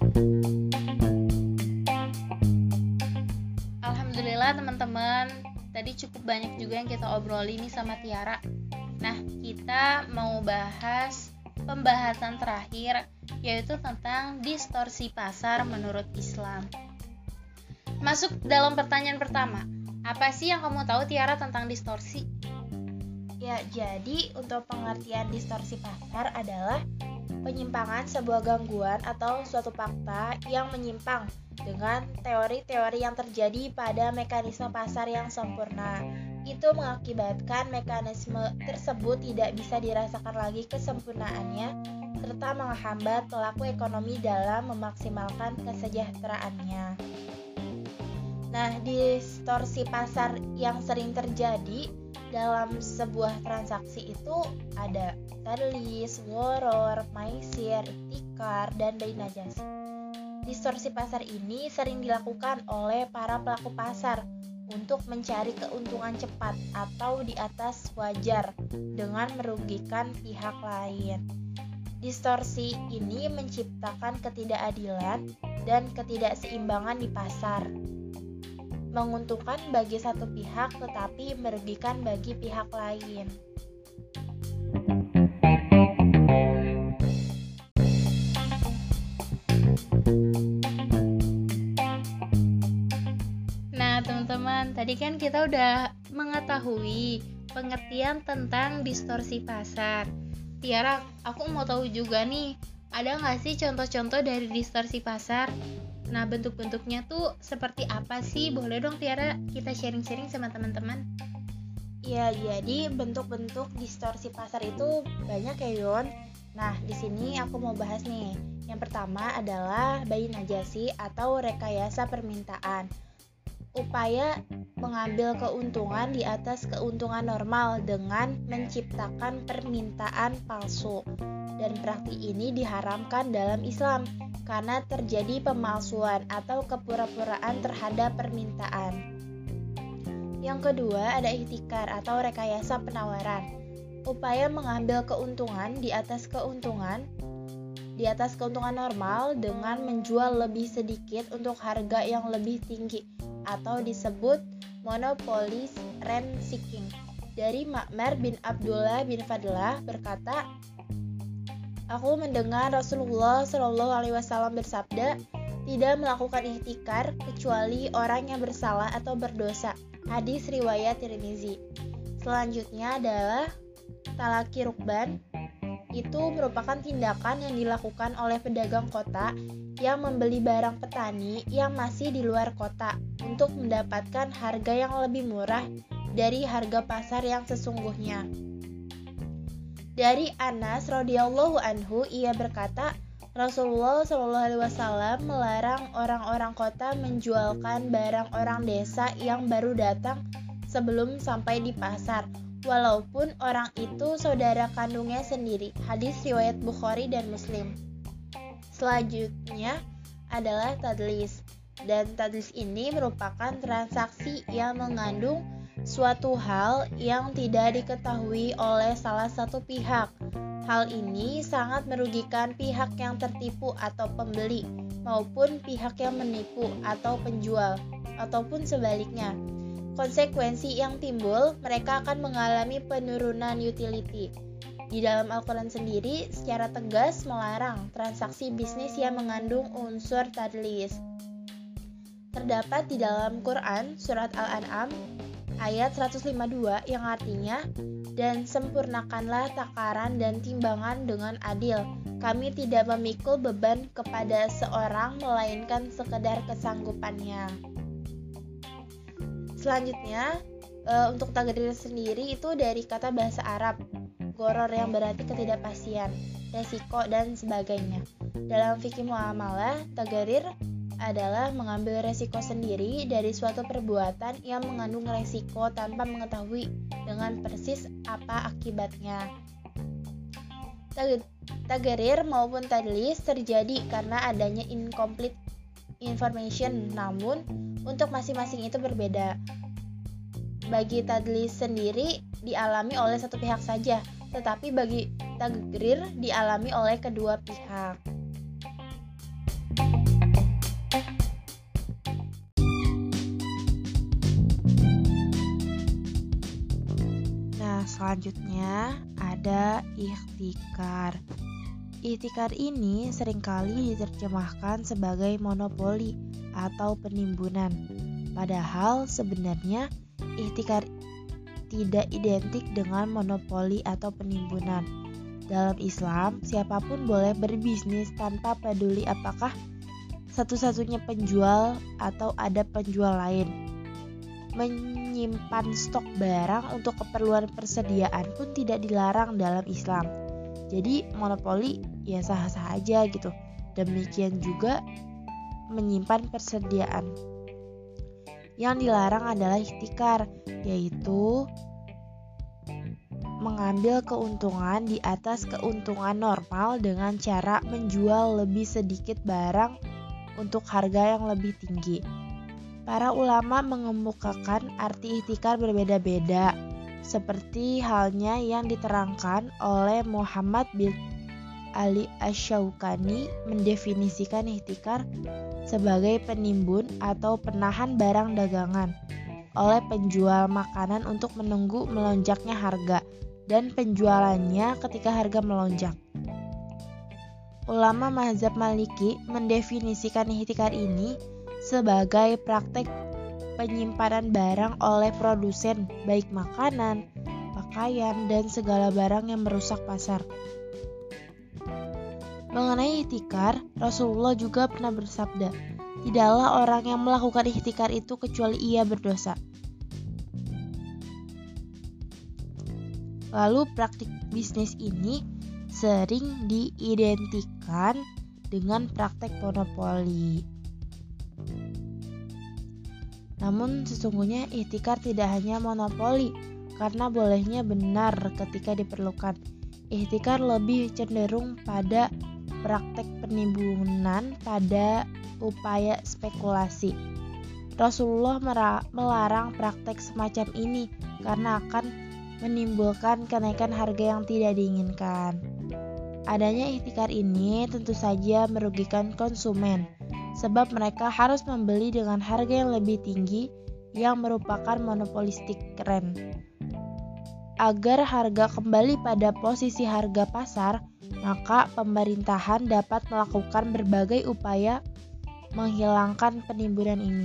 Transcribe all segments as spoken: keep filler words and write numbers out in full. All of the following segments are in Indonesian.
Alhamdulillah teman-teman, tadi cukup banyak juga yang kita obrolin nih sama Tiara. Nah, kita mau bahas pembahasan terakhir, yaitu tentang distorsi pasar menurut Islam. Masuk dalam pertanyaan pertama, apa sih yang kamu tahu Tiara tentang distorsi? Ya, jadi untuk pengertian distorsi pasar adalah penyimpangan sebuah gangguan atau suatu fakta yang menyimpang dengan teori-teori yang terjadi pada mekanisme pasar yang sempurna. Itu mengakibatkan mekanisme tersebut tidak bisa dirasakan lagi kesempurnaannya serta menghambat pelaku ekonomi dalam memaksimalkan kesejahteraannya. Nah, distorsi pasar yang sering terjadi dalam sebuah transaksi itu ada tadlis, gharar, maisir, ihtikar, dan bayi najasi. Distorsi pasar ini sering dilakukan oleh para pelaku pasar untuk mencari keuntungan cepat atau di atas wajar dengan merugikan pihak lain. Distorsi ini menciptakan ketidakadilan dan ketidakseimbangan di pasar, menguntungkan bagi satu pihak tetapi merugikan bagi pihak lain. Nah teman-teman, tadi kan kita udah mengetahui pengertian tentang distorsi pasar. Tiara, aku mau tahu juga nih, ada nggak sih contoh-contoh dari distorsi pasar? Nah, bentuk-bentuknya tuh seperti apa sih? Boleh dong Tiara kita sharing-sharing sama teman-teman? Ya, jadi bentuk-bentuk distorsi pasar itu banyak ya, Yon. Nah, di sini aku mau bahas nih. Yang pertama adalah bayi najasi atau rekayasa permintaan. Upaya mengambil keuntungan di atas keuntungan normal dengan menciptakan permintaan palsu. Dan praktik ini diharamkan dalam Islam karena terjadi pemalsuan atau kepura-puraan terhadap permintaan. Yang kedua ada ihtikar atau rekayasa penawaran. Upaya mengambil keuntungan di atas keuntungan di atas keuntungan normal dengan menjual lebih sedikit untuk harga yang lebih tinggi atau disebut monopoly rent seeking. Dari Ma'mar bin Abdullah bin Fadlah berkata, aku mendengar Rasulullah shallallahu alaihi wasallam bersabda, tidak melakukan ihtikar kecuali orang yang bersalah atau berdosa. Hadis riwayat Tirmizi. Selanjutnya adalah talaki rukban. Itu merupakan tindakan yang dilakukan oleh pedagang kota yang membeli barang petani yang masih di luar kota untuk mendapatkan harga yang lebih murah dari harga pasar yang sesungguhnya. Dari Anas radhiyallahu anhu, ia berkata, Rasulullah shallallahu alaihi wasallam melarang orang-orang kota menjualkan barang orang desa yang baru datang sebelum sampai di pasar, walaupun orang itu saudara kandungnya sendiri. Hadis riwayat Bukhari dan Muslim. Selanjutnya adalah tadlis. Dan tadlis ini merupakan transaksi yang mengandung suatu hal yang tidak diketahui oleh salah satu pihak. Hal ini sangat merugikan pihak yang tertipu atau pembeli maupun pihak yang menipu atau penjual, ataupun sebaliknya. Konsekuensi yang timbul, mereka akan mengalami penurunan utility. Di dalam Al-Quran sendiri secara tegas melarang transaksi bisnis yang mengandung unsur tadlis. Terdapat di dalam Quran surat Al-An'am ayat seratus lima puluh dua yang artinya, dan sempurnakanlah takaran dan timbangan dengan adil. Kami tidak memikul beban kepada seorang melainkan sekedar kesanggupannya. Selanjutnya, e, untuk tagrir sendiri itu dari kata bahasa Arab, gharar yang berarti ketidakpastian, resiko dan sebagainya. Dalam fikih muamalah, tagrir adalah mengambil resiko sendiri dari suatu perbuatan yang mengandung resiko tanpa mengetahui dengan persis apa akibatnya. Tagrir maupun tadlis terjadi karena adanya incomplete information, namun untuk masing-masing itu berbeda. Bagi tadlis sendiri dialami oleh satu pihak saja, tetapi bagi tagrir dialami oleh kedua pihak. Selanjutnya ada ihtikar. Ihtikar ini seringkali diterjemahkan sebagai monopoli atau penimbunan. Padahal sebenarnya ihtikar tidak identik dengan monopoli atau penimbunan. Dalam Islam, siapapun boleh berbisnis tanpa peduli apakah satu-satunya penjual atau ada penjual lain. Menyimpan stok barang untuk keperluan persediaan pun tidak dilarang dalam Islam. Jadi monopoli ya sah-sah aja gitu. Demikian juga menyimpan persediaan. Yang dilarang adalah ihtikar, yaitu mengambil keuntungan di atas keuntungan normal dengan cara menjual lebih sedikit barang untuk harga yang lebih tinggi. Para ulama mengemukakan arti ihtikar berbeda-beda, seperti halnya yang diterangkan oleh Muhammad bin Ali Asy-Syaukani mendefinisikan ihtikar sebagai penimbun atau penahan barang dagangan oleh penjual makanan untuk menunggu melonjaknya harga dan penjualannya ketika harga melonjak. Ulama mazhab Maliki mendefinisikan ihtikar ini sebagai praktek penyimpanan barang oleh produsen, baik makanan, pakaian, dan segala barang yang merusak pasar. Mengenai ihtikar, Rasulullah juga pernah bersabda, "Tidaklah orang yang melakukan ihtikar itu kecuali ia berdosa." Lalu praktik bisnis ini sering diidentikan dengan praktek monopoli. Namun sesungguhnya ihtikar tidak hanya monopoli, karena bolehnya benar ketika diperlukan. Ihtikar lebih cenderung pada praktek penimbunan pada upaya spekulasi. Rasulullah melarang praktek semacam ini karena akan menimbulkan kenaikan harga yang tidak diinginkan. Adanya ihtikar ini tentu saja merugikan konsumen, sebab mereka harus membeli dengan harga yang lebih tinggi yang merupakan monopolistik rent. Agar harga kembali pada posisi harga pasar, maka pemerintahan dapat melakukan berbagai upaya menghilangkan penimbunan ini.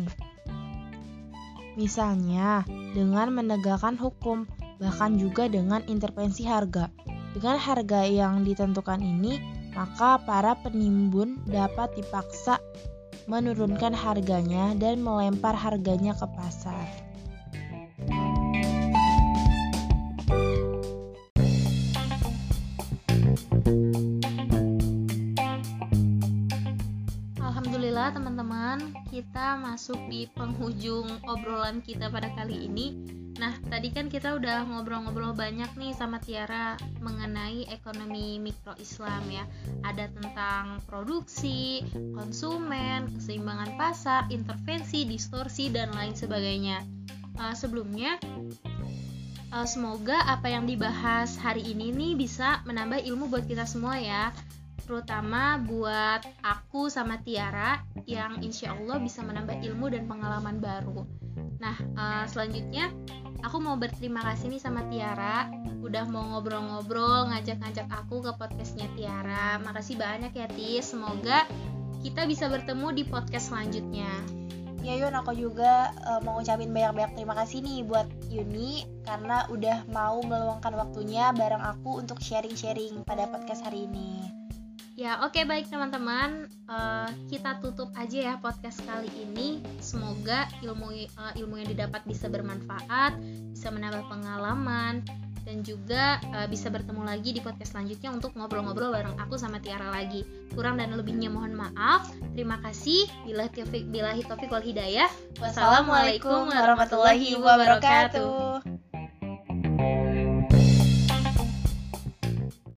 Misalnya, dengan menegakkan hukum, bahkan juga dengan intervensi harga. Dengan harga yang ditentukan ini, maka para penimbun dapat dipaksa menurunkan harganya dan melempar harganya ke pasar. Alhamdulillah teman-teman, kita masuk di penghujung obrolan kita pada kali ini. Nah, tadi kan kita udah ngobrol-ngobrol banyak nih sama Tiara mengenai ekonomi mikro Islam ya. Ada tentang produksi, konsumen, keseimbangan pasar, intervensi, distorsi, dan lain sebagainya. Uh, sebelumnya, uh, semoga apa yang dibahas hari ini nih bisa menambah ilmu buat kita semua ya. Terutama buat aku sama Tiara yang insya Allah bisa menambah ilmu dan pengalaman baru. Nah, uh, selanjutnya aku mau berterima kasih nih sama Tiara udah mau ngobrol-ngobrol, ngajak-ngajak aku ke podcastnya Tiara. Makasih banyak ya Tis, semoga kita bisa bertemu di podcast selanjutnya. Ya Yun, aku juga uh, mau ngucapin banyak-banyak terima kasih nih buat Yuni karena udah mau meluangkan waktunya bareng aku untuk sharing-sharing pada podcast hari ini. Ya oke okay, baik teman-teman, uh, kita tutup aja ya podcast kali ini. Semoga ilmu uh, ilmu yang didapat bisa bermanfaat, bisa menambah pengalaman, dan juga uh, bisa bertemu lagi di podcast selanjutnya untuk ngobrol-ngobrol bareng aku sama Tiara lagi. Kurang dan lebihnya mohon maaf. Terima kasih. Billahi taufiq billahi taufiq wal hidayah. Wassalamualaikum warahmatullahi wabarakatuh.